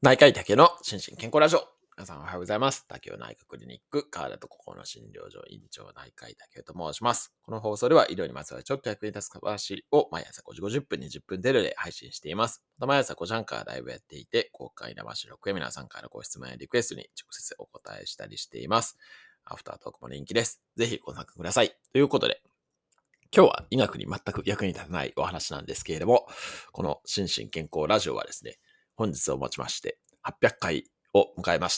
内科医竹の心身健康ラジオ。皆さんおはようございます。竹雄内科クリニック、川田と心の診療所院長内科医竹雄と申します。この放送では医療にまつわるちょっと役に立つ話を毎朝5時50分、20分程度で配信しています。また毎朝5時半からライブやっていて、公開生収録や皆さんからご質問やリクエストに直接お答えしたりしています。アフタートークも人気です。ぜひご参加ください。ということで、今日は医学に全く役に立たないお話なんですけれども、この心身健康ラジオはですね、本日をもちまして800回を迎えました。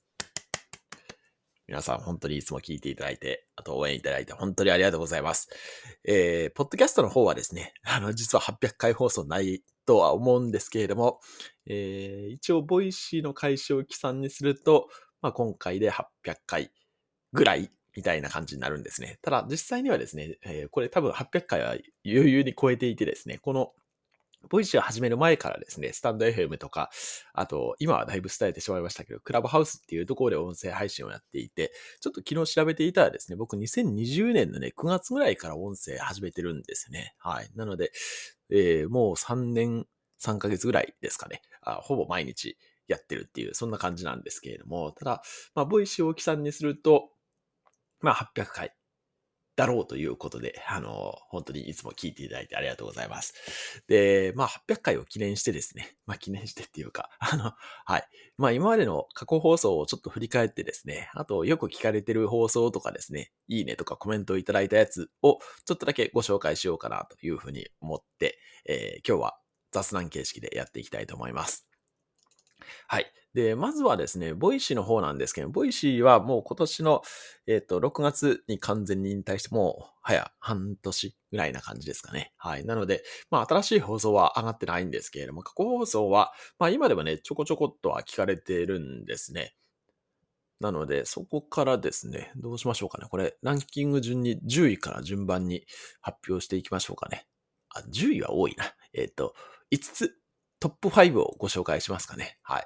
皆さん本当にいつも聞いていただいて、あと応援いただいて本当にありがとうございます。ポッドキャストの方はですね、実は800回放送ないとは思うんですけれども、一応ボイシーの開始を起算にすると、今回で800回ぐらいみたいな感じになるんですね。ただ実際にはですね、これ多分800回は余裕に超えていてですね、このボイシーを始める前からですね、スタンド FM とか、あと、今はだいぶ伝えてしまいましたけど、クラブハウスっていうところで音声配信をやっていて、ちょっと昨日調べていたらですね、僕2020年のね、9月ぐらいから音声始めてるんですね。はい。なので、もう3年3ヶ月ぐらいですかね。ほぼ毎日やってるっていう、そんな感じなんですけれども、ただ、ボイシーを大きさにすると、800回だろうということで、本当にいつも聞いていただいてありがとうございます。で、800回を記念してですね、記念してっていうか、はい。今までの過去放送をちょっと振り返ってですね、あとよく聞かれてる放送とかですね、いいねとかコメントをいただいたやつをちょっとだけご紹介しようかなというふうに思って、今日は雑談形式でやっていきたいと思います。はい。で、まずはですね、ボイシーの方なんですけど、ボイシーはもう今年の、6月に完全に引退してもう、早半年ぐらいな感じですかね。はい。なので、新しい放送は上がってないんですけれども、過去放送は、今でもね、ちょこちょこっとは聞かれてるんですね。なので、そこからですね、どうしましょうかね。これ、ランキング順に10位から順番に発表していきましょうかね。10位は多いな。5つ、トップ5をご紹介しますかね。はい。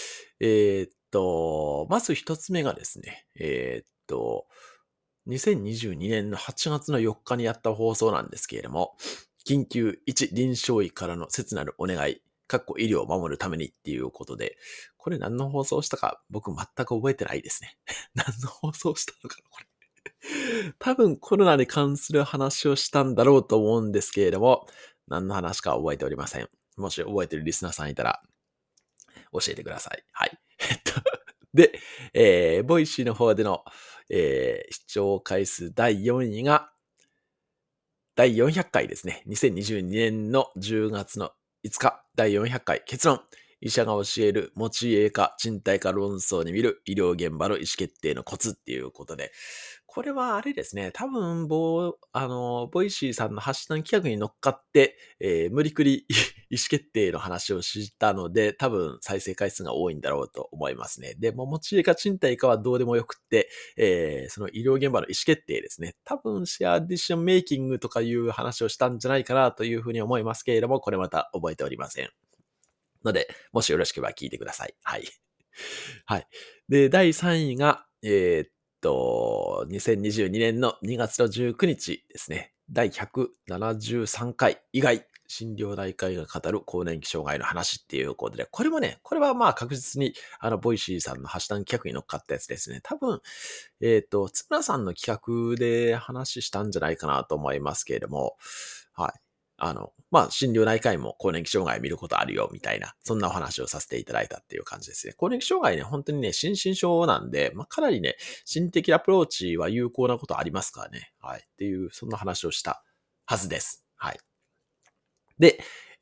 まず1つ目がですね、2022年の8月の4日にやった放送なんですけれども、緊急1臨床医からの切なるお願い、医療を守るためにっていうことで、これ何の放送したか僕全く覚えてないですね。何の放送したのかなこれ。多分コロナに関する話をしたんだろうと思うんですけれども、何の話か覚えておりません。もし覚えてるリスナーさんいたら教えてください。はい。で、ボイシーの方での、視聴回数第4位が第400回ですね。2022年の10月の5日、第400回結論。医者が教える持ち家か賃貸か論争に見る医療現場の意思決定のコツっていうことで、これはあれですね、多分、ボイシーさんのハッシュタグ企画に乗っかって、無理くり意思決定の話をしたので、多分再生回数が多いんだろうと思いますね。で、持ち家か賃貸かはどうでもよくって、その医療現場の意思決定ですね。多分シェアディションメイキングとかいう話をしたんじゃないかなというふうに思いますけれども、これまた覚えておりません。ので、もしよろしければ聞いてください。はい。はい。で、第3位が、2022年の2月の19日ですね。第173回以外、心療内科医が語る更年期障害の話っていうことで、これもね、これは確実に、ボイシーさんのハッシュタグ企画に乗っかったやつですね。多分、つむらさんの企画で話したんじゃないかなと思いますけれども、はい。心療内科医も更年期障害見ることあるよ、みたいな、そんなお話をさせていただいたっていう感じですね。更年期障害ね、本当にね、心身症なんで、かなりね、心的アプローチは有効なことありますからね。はい。っていう、そんな話をしたはずです。はい。で、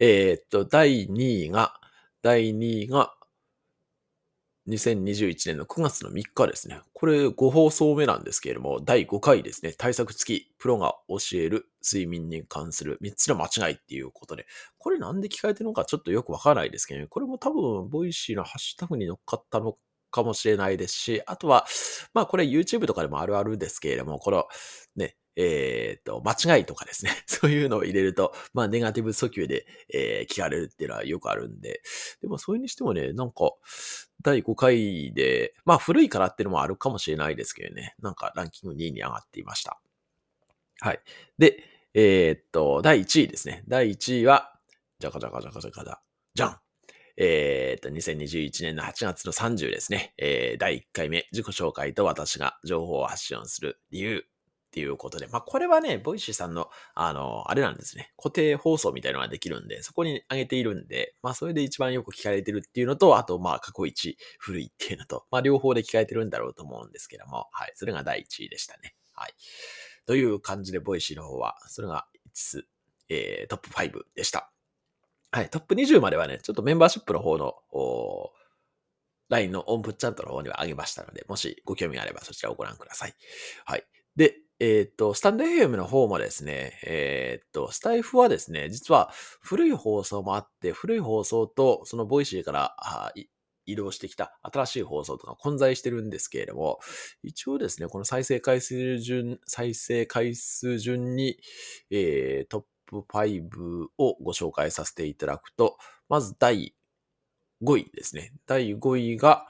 第2位が、2021年の9月の3日ですね。これ5放送目なんですけれども、第5回ですね。対策付き、プロが教える睡眠に関する3つの間違いっていうことで、これなんで聞かれてるのかちょっとよくわからないですけどね。これも多分、ボイシーのハッシュタグに乗っかったのかもしれないですし、あとは、これ YouTube とかでもあるあるですけれども、この、ね、間違いとかですね。そういうのを入れると、ネガティブ訴求で、聞かれるっていうのはよくあるんで、でもそれにしてもね、なんか、第5回で、古いからっていうのもあるかもしれないですけどね、なんかランキング2位に上がっていました。はい。で、第1位ですね。第1位は、じゃかじゃかじゃかじゃかじゃ、じゃん。 2021年の8月の30ですね。第1回目、自己紹介と私が情報を発信をする理由っていうことで、これはね、ボイシーさんの、あれなんですね。固定放送みたいなのができるんで、そこに上げているんで、それで一番よく聞かれてるっていうのと、あと、過去一古いっていうのと、両方で聞かれてるんだろうと思うんですけども、はい。それが第1位でしたね。はい。という感じで、ボイシーの方は、それが5つ、トップ5でした。はい。トップ20まではね、ちょっとメンバーシップの方の、LINE のオンプッチャントの方には上げましたので、もしご興味があればそちらをご覧ください。はい。で、スタンド FM の方もですね、スタイフはですね、実は古い放送もあって、古い放送とそのボイシーから移動してきた新しい放送とか混在してるんですけれども、一応ですね、この再生回数順に、トップ5をご紹介させていただくと、まず第5位ですね。第5位が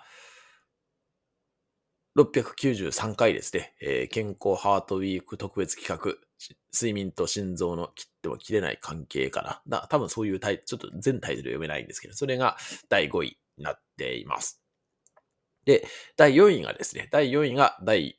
693回ですね。健康ハートウィーク特別企画。睡眠と心臓の切っても切れない関係かな。多分そういうちょっと全タイトル読めないんですけど、それが第5位になっています。で、第4位がですね、第4位が第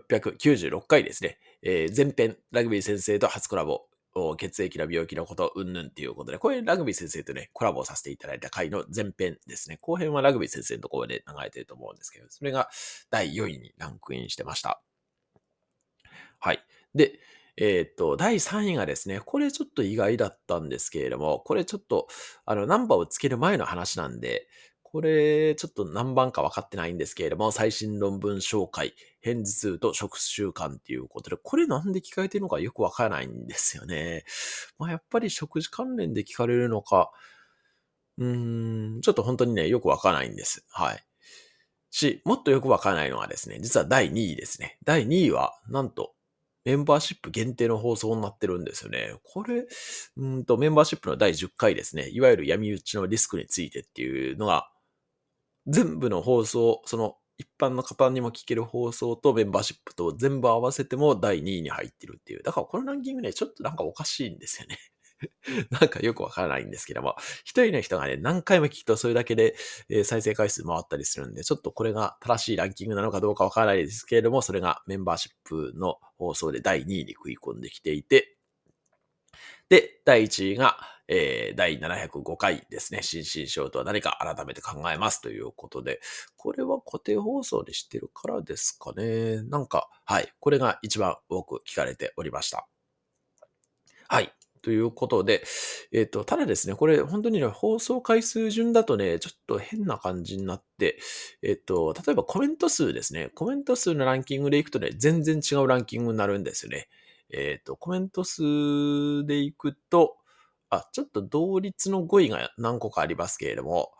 696回ですね。前編、ラグビー先生と初コラボ。血液の病気のこと、うんぬんっていうことで、これラグビー先生とね、コラボさせていただいた回の前編ですね。後編はラグビー先生のところで流れてると思うんですけど、それが第4位にランクインしてました。はい。で、第3位がですね、これちょっと意外だったんですけれども、これちょっと、ナンバーをつける前の話なんで、これちょっと何番か分かってないんですけれども、最新論文紹介、片頭痛と食習慣っていうことで、これなんで聞かれてるのかよくわからないんですよね。やっぱり食事関連で聞かれるのか、ちょっと本当にね、よくわからないんです。はい。もっとよくわからないのはですね、実は第2位ですね。第2位は、なんと、メンバーシップ限定の放送になってるんですよね。これ、メンバーシップの第10回ですね。いわゆる闇討ちのリスクについてっていうのが、全部の放送、その一般の方にも聞ける放送とメンバーシップと全部合わせても第2位に入ってるっていう。だからこのランキングね、ちょっとなんかおかしいんですよね。なんかよくわからないんですけども、一人の人がね、何回も聞くとそれだけで、再生回数回ったりするんで、ちょっとこれが正しいランキングなのかどうかわからないですけれども、それがメンバーシップの放送で第2位に食い込んできていて、で、第1位が、第705回ですね。心身症とは何か改めて考えますということで、これは固定放送でしてるからですかね。なんか、はい。これが一番多く聞かれておりました。はい。ということで、ただですね、これ本当にね、放送回数順だとね、ちょっと変な感じになって、例えばコメント数ですね。コメント数のランキングでいくとね、全然違うランキングになるんですよね。コメント数でいくと、ちょっと同率の5位が何個かありますけれども、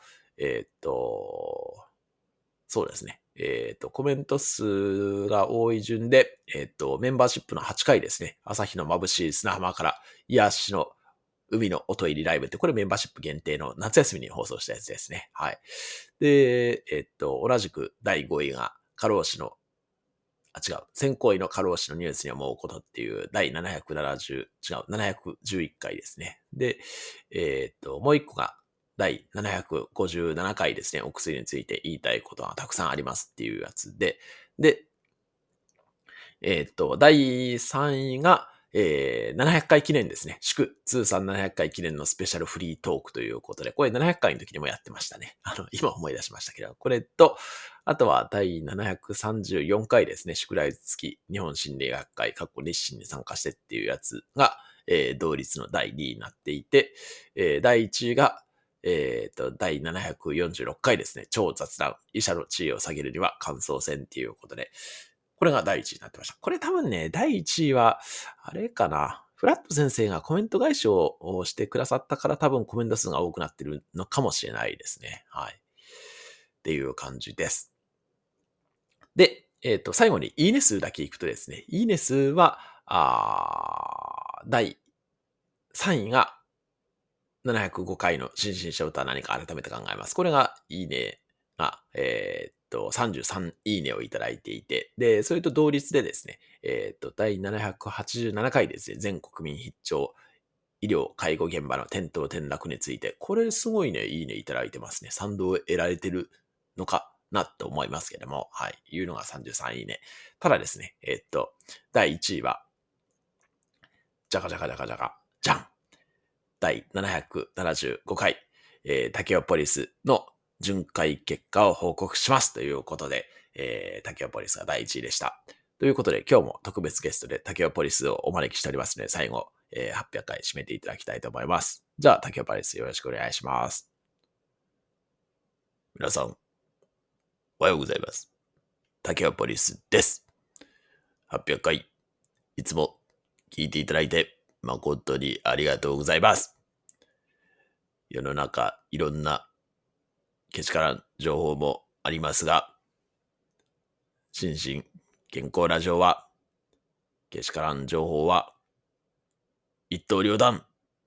そうですね。コメント数が多い順で、メンバーシップの8回ですね。朝日の眩しい砂浜から癒しの海の音入りライブって、これメンバーシップ限定の夏休みに放送したやつですね。はい。で、同じく第5位が過労死の、違う、先行位の過労死のニュースに思うことっていう第770、711回ですね。で、もう一個が第757回ですね。お薬について言いたいことがたくさんありますっていうやつで、で、第3位が、700回記念ですね。祝通算700回記念のスペシャルフリートークということで、これ700回の時にもやってましたね。今思い出しましたけど、これと、あとは第734回ですね。宿題付き日本心理学会、日清に参加してっていうやつが、同率の第2位になっていて、第1位が、第746回ですね。超雑談。医者の地位を下げるには感想戦っていうことで、これが第1位になってました。これ多分ね、第1位は、あれかな。フラット先生がコメント返しをしてくださったから多分コメント数が多くなってるのかもしれないですね。はい。っていう感じです。で、最後にいいね数だけいくとですね、いいね数は、第3位が705回の心身症とは何か改めて考えます。これがいいねが、33いいねをいただいていて、で、それと同率でですね、第787回ですね、全国民必聴医療、介護現場の転倒転落について、これすごいね、いいねいただいてますね。賛同を得られてるのかなと思いますけども、はい。いうのが33いいね。ただですね、第1位は、じゃかじゃかじゃかじゃか、じゃん第775回、タケオポリスの巡回結果を報告しますということで、タケオポリスが第1位でした。ということで、今日も特別ゲストでタケオポリスをお招きしておりますので、最後、800回締めていただきたいと思います。じゃあ、タケオポリスよろしくお願いします。皆さん、おはようございます。タケオポリスです。800回、いつも聞いていただいて誠にありがとうございます。世の中、いろんなけしからん情報もありますが、心身健康な情は、けしからん情報は、一刀両断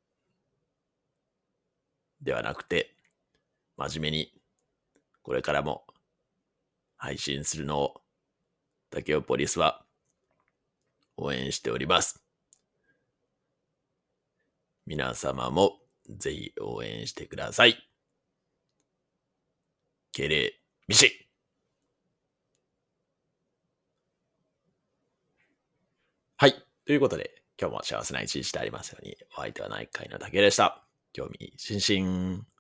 ではなくて、真面目に、これからも配信するのを、タケオポリスは応援しております。皆様もぜひ応援してください。敬礼、ミシはい。ということで、今日も幸せな一日でありますように、お相手は内科医の竹でした。興味津々。